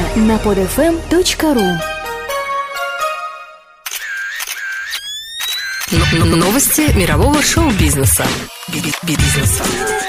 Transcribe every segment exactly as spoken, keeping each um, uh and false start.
на под эф эм точка ру. Новости мирового шоу-бизнеса. Бизнеса.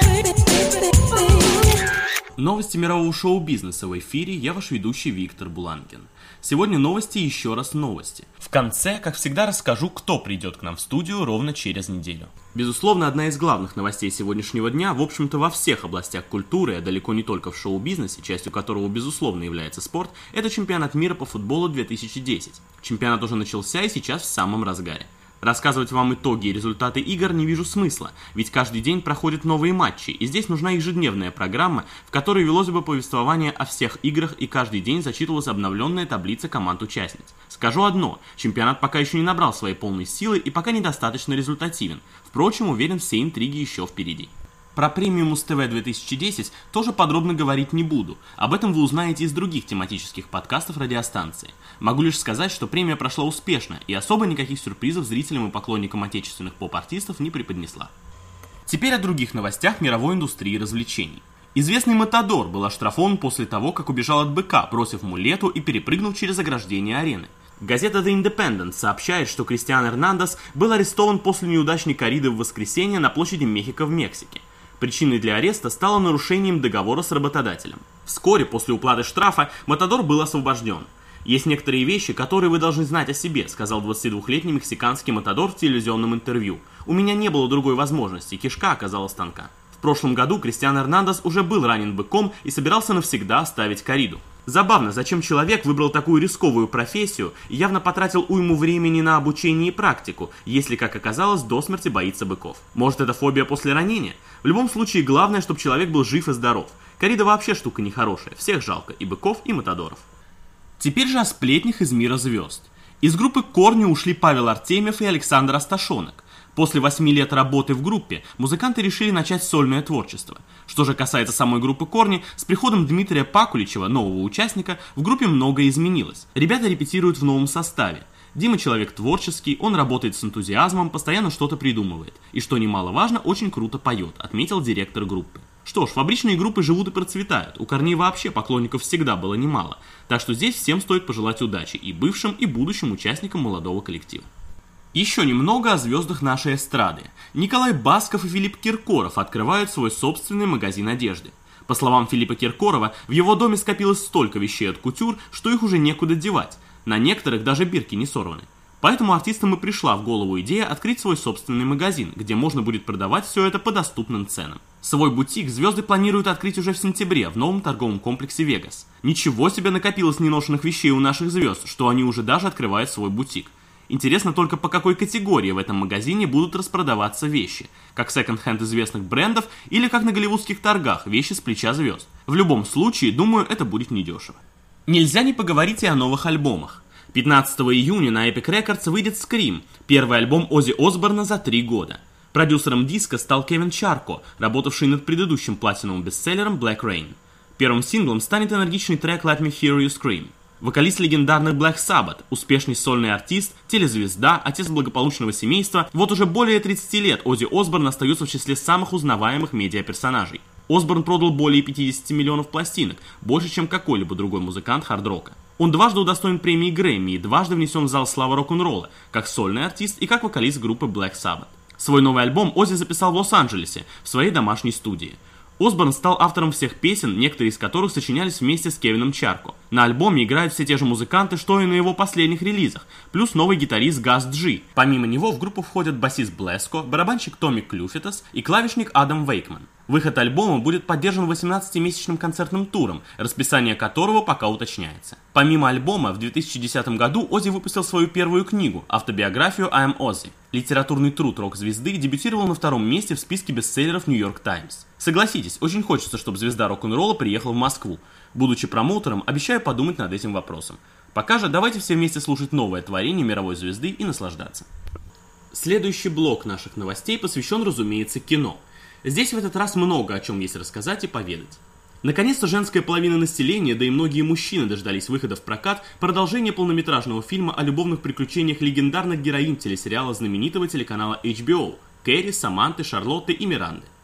Новости мирового шоу-бизнеса в эфире, я ваш ведущий Виктор Буланкин. Сегодня новости и еще раз новости. В конце, как всегда, расскажу, кто придет к нам в студию ровно через неделю. Безусловно, одна из главных новостей сегодняшнего дня, в общем-то, во всех областях культуры, а далеко не только в шоу-бизнесе, частью которого, безусловно, является спорт, это чемпионат мира по футболу две тысячи десять. Чемпионат уже начался и сейчас в самом разгаре. Рассказывать вам итоги и результаты игр не вижу смысла, ведь каждый день проходят новые матчи, и здесь нужна ежедневная программа, в которой велось бы повествование о всех играх и каждый день зачитывалась обновленная таблица команд-участниц. Скажу одно, чемпионат пока еще не набрал своей полной силы и пока недостаточно результативен, впрочем, уверен, все интриги еще впереди. Про премию Муз-ТВ две тысячи десять тоже подробно говорить не буду. Об этом вы узнаете из других тематических подкастов радиостанции. Могу лишь сказать, что премия прошла успешно и особо никаких сюрпризов зрителям и поклонникам отечественных поп-артистов не преподнесла. Теперь о других новостях мировой индустрии развлечений. Известный Матадор был оштрафован после того, как убежал от быка, бросив мулету и перепрыгнув через ограждение арены. Газета The Independent сообщает, что Кристиан Эрнандес был арестован после неудачной корриды в воскресенье на площади Мехико в Мексике. Причиной для ареста стало нарушением договора с работодателем. Вскоре после уплаты штрафа Матадор был освобожден. «Есть некоторые вещи, которые вы должны знать о себе», сказал двадцатидвухлетний мексиканский Матадор в телевизионном интервью. «У меня не было другой возможности, кишка оказалась тонка». В прошлом году Кристиан Эрнандес уже был ранен быком и собирался навсегда оставить корриду. Забавно, зачем человек выбрал такую рисковую профессию и явно потратил уйму времени на обучение и практику, если, как оказалось, до смерти боится быков. Может, это фобия после ранения? В любом случае, главное, чтобы человек был жив и здоров. Коррида вообще штука нехорошая, всех жалко, и быков, и матадоров. Теперь же о сплетнях из мира звезд. Из группы Корни ушли Павел Артемьев и Александр Асташонок. После восьми лет работы в группе музыканты решили начать сольное творчество. Что же касается самой группы Корни, с приходом Дмитрия Пакуличева, нового участника, в группе многое изменилось. Ребята репетируют в новом составе. Дима человек творческий, он работает с энтузиазмом, постоянно что-то придумывает. И что немаловажно, очень круто поет, отметил директор группы. Что ж, фабричные группы живут и процветают, у Корней вообще поклонников всегда было немало. Так что здесь всем стоит пожелать удачи и бывшим, и будущим участникам молодого коллектива. Еще немного о звездах нашей эстрады. Николай Басков и Филипп Киркоров открывают свой собственный магазин одежды. По словам Филиппа Киркорова, в его доме скопилось столько вещей от кутюр, что их уже некуда девать. На некоторых даже бирки не сорваны. Поэтому артистам и пришла в голову идея открыть свой собственный магазин, где можно будет продавать все это по доступным ценам. Свой бутик звезды планируют открыть уже в сентябре в новом торговом комплексе Вегас. Ничего себе накопилось неношенных вещей у наших звезд, что они уже даже открывают свой бутик. Интересно только, по какой категории в этом магазине будут распродаваться вещи. Как секонд-хенд известных брендов или как на голливудских торгах, вещи с плеча звезд. В любом случае, думаю, это будет недешево. Нельзя не поговорить и о новых альбомах. пятнадцатого июня на Epic Records выйдет Scream, первый альбом Оззи Осборна за три года. Продюсером диска стал Кевин Чарко, работавший над предыдущим платиновым бестселлером Black Rain. Первым синглом станет энергичный трек Let Me Hear You Scream. Вокалист легендарных Black Sabbath, успешный сольный артист, телезвезда, отец благополучного семейства, вот уже более тридцати лет Оззи Осборн остается в числе самых узнаваемых медиаперсонажей. Осборн продал более пятидесяти миллионов пластинок, больше, чем какой-либо другой музыкант хард-рока. Он дважды удостоен премии Грэмми и дважды внесен в зал славы рок-н-ролла, как сольный артист и как вокалист группы Black Sabbath. Свой новый альбом Оззи записал в Лос-Анджелесе, в своей домашней студии. Осборн стал автором всех песен, некоторые из которых сочинялись вместе с Кевином Чарко. На альбоме играют все те же музыканты, что и на его последних релизах, плюс новый гитарист Газ Джи. Помимо него в группу входят басист Блеско, барабанщик Томми Клюфитас и клавишник Адам Вейкман. Выход альбома будет поддержан восемнадцатимесячным концертным туром, расписание которого пока уточняется. Помимо альбома, в две тысячи десятом году Оззи выпустил свою первую книгу, автобиографию I Am Ozzy. Литературный труд рок-звезды дебютировал на втором месте в списке бестселлеров New York Times. Согласитесь, очень хочется, чтобы звезда рок-н-ролла приехала в Москву. Будучи промоутером, обещаю подумать над этим вопросом. Пока же давайте все вместе слушать новое творение мировой звезды и наслаждаться. Следующий блок наших новостей посвящен, разумеется, кино. Здесь в этот раз много о чем есть рассказать и поведать. Наконец-то женская половина населения, да и многие мужчины дождались выхода в прокат продолжения полнометражного фильма о любовных приключениях легендарных героинь телесериала знаменитого телеканала эйч би о – Кэрри, Саманты, Шарлотты и Миранды.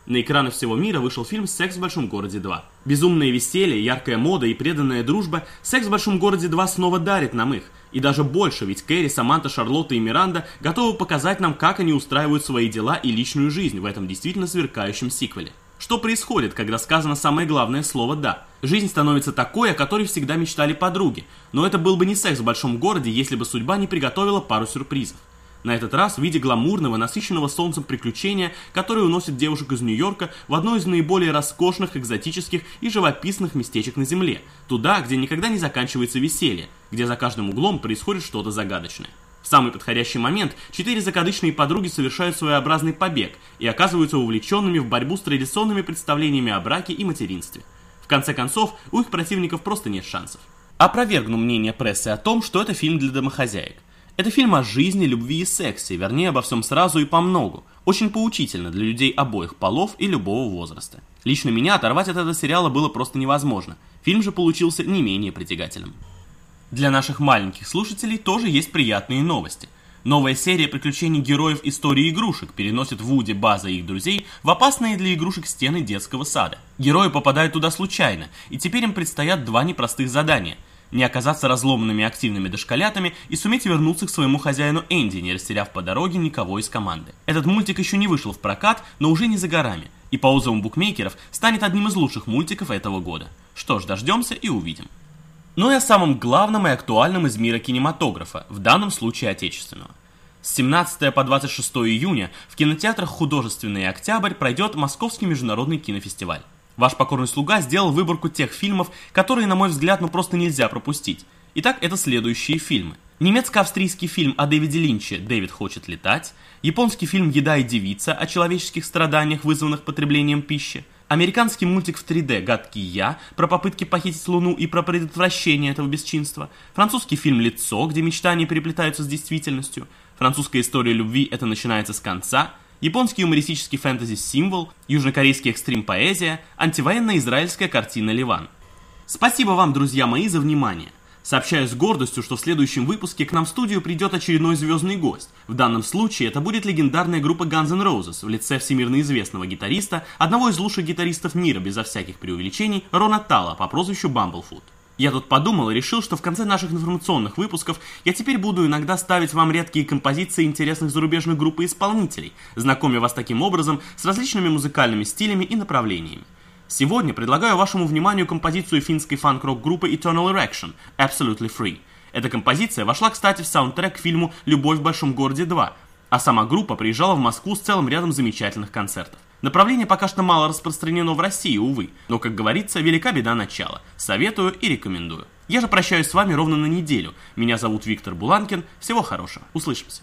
На экраны всего мира вышел фильм «Секс в большом городе два». Безумное веселье, яркая мода и преданная дружба, «Секс в большом городе два» снова дарит нам их. И даже больше, ведь Кэрри, Саманта, Шарлотта и Миранда готовы показать нам, как они устраивают свои дела и личную жизнь в этом действительно сверкающем сиквеле. Что происходит, когда сказано самое главное слово «да»? Жизнь становится такой, о которой всегда мечтали подруги. Но это был бы не секс в большом городе, если бы судьба не приготовила пару сюрпризов. На этот раз в виде гламурного, насыщенного солнцем приключения, которое уносит девушек из Нью-Йорка в одно из наиболее роскошных, экзотических и живописных местечек на Земле. Туда, где никогда не заканчивается веселье, где за каждым углом происходит что-то загадочное. В самый подходящий момент четыре закадычные подруги совершают своеобразный побег и оказываются увлеченными в борьбу с традиционными представлениями о браке и материнстве. В конце концов, у их противников просто нет шансов. Опровергну мнение прессы о том, что это фильм для домохозяек. Это фильм о жизни, любви и сексе, вернее обо всем сразу и помногу. Очень поучительно для людей обоих полов и любого возраста. Лично меня оторвать от этого сериала было просто невозможно. Фильм же получился не менее притягательным. Для наших маленьких слушателей тоже есть приятные новости. Новая серия приключений героев истории игрушек переносит Вуди, База и их друзей в опасные для игрушек стены детского сада. Герои попадают туда случайно, и теперь им предстоят два непростых задания – не оказаться разломанными активными дошколятами и суметь вернуться к своему хозяину Энди, не растеряв по дороге никого из команды. Этот мультик еще не вышел в прокат, но уже не за горами, и по отзывам букмекеров станет одним из лучших мультиков этого года. Что ж, дождемся и увидим. Ну и о самом главном и актуальном из мира кинематографа, в данном случае отечественного. С семнадцатого по двадцать шестое июня в кинотеатрах «Художественный Октябрь» пройдет Московский международный кинофестиваль. Ваш покорный слуга сделал выборку тех фильмов, которые, на мой взгляд, ну просто нельзя пропустить. Итак, это следующие фильмы. Немецко-австрийский фильм о Дэвиде Линче «Дэвид хочет летать», японский фильм «Еда и девица» о человеческих страданиях, вызванных потреблением пищи, американский мультик в три дэ «Гадкий я» про попытки похитить Луну и про предотвращение этого бесчинства, французский фильм «Лицо», где мечтания переплетаются с действительностью, французская история любви «Это начинается с конца», японский юмористический фэнтези «Символ», южнокорейский экстрим-поэзия, антивоенная израильская картина «Ливан». Спасибо вам, друзья мои, за внимание. Сообщаю с гордостью, что в следующем выпуске к нам в студию придет очередной звездный гость. В данном случае это будет легендарная группа Guns N' Roses в лице всемирно известного гитариста, одного из лучших гитаристов мира безо всяких преувеличений, Рона Тала по прозвищу Бамблфут. Я тут подумал и решил, что в конце наших информационных выпусков я теперь буду иногда ставить вам редкие композиции интересных зарубежных групп и исполнителей, знакомя вас таким образом с различными музыкальными стилями и направлениями. Сегодня предлагаю вашему вниманию композицию финской фанк-рок группы Eternal Erection «Absolutely Free». Эта композиция вошла, кстати, в саундтрек к фильму «Любовь в большом городе два», а сама группа приезжала в Москву с целым рядом замечательных концертов. Направление пока что мало распространено в России, увы, но, как говорится, велика беда начала. Советую и рекомендую. Я же прощаюсь с вами ровно на неделю. Меня зовут Виктор Буланкин. Всего хорошего. Услышимся.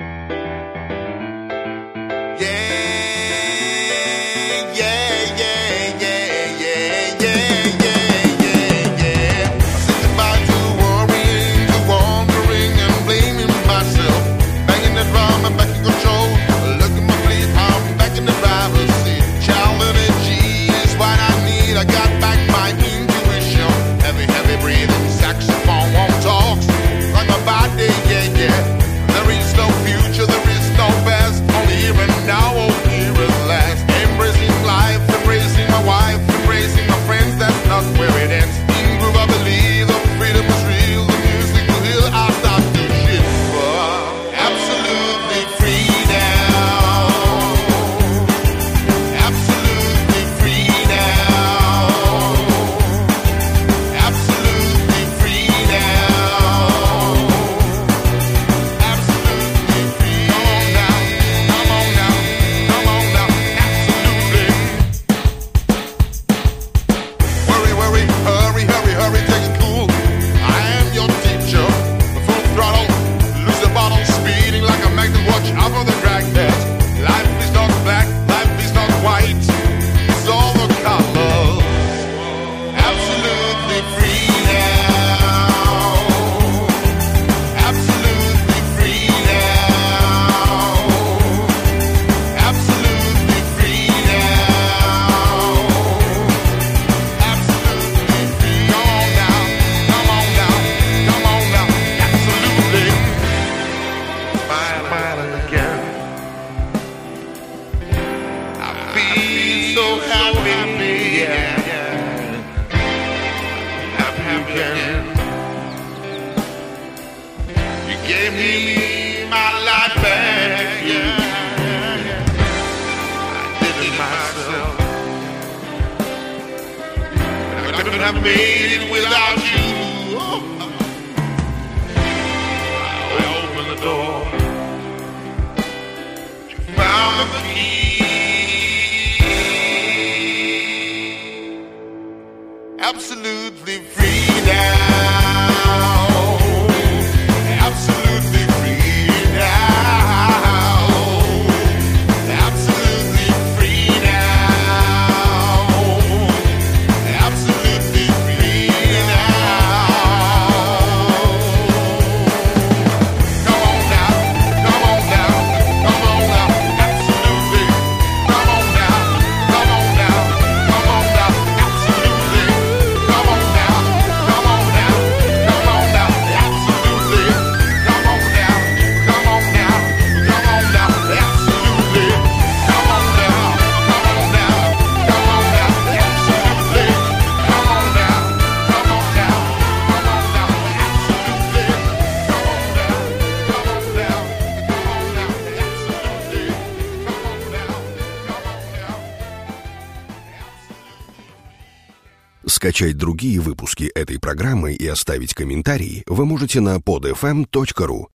Saxophone won't talk like my body, yeah, yeah. There is no future. couldn't have made it without you. I opened the door, you found the key. Absolutely free now. Absolutely free now. Absolutely free now. Absolutely free now. Come on now, come on now, come on now. Absolutely, come on now, come on now, come on now. Absolutely, come on now, come on now, come on now. Absolutely, come on now, come on now, come on now. Absolutely, come on now, come on now, come on now. Absolutely, come on now, come on now, come on now. Absolutely, come on now, come on now, come on now. Absolutely, come on now, come on now. Скачать другие выпуски этой программы и оставить комментарии вы можете на под эф эм точка ру.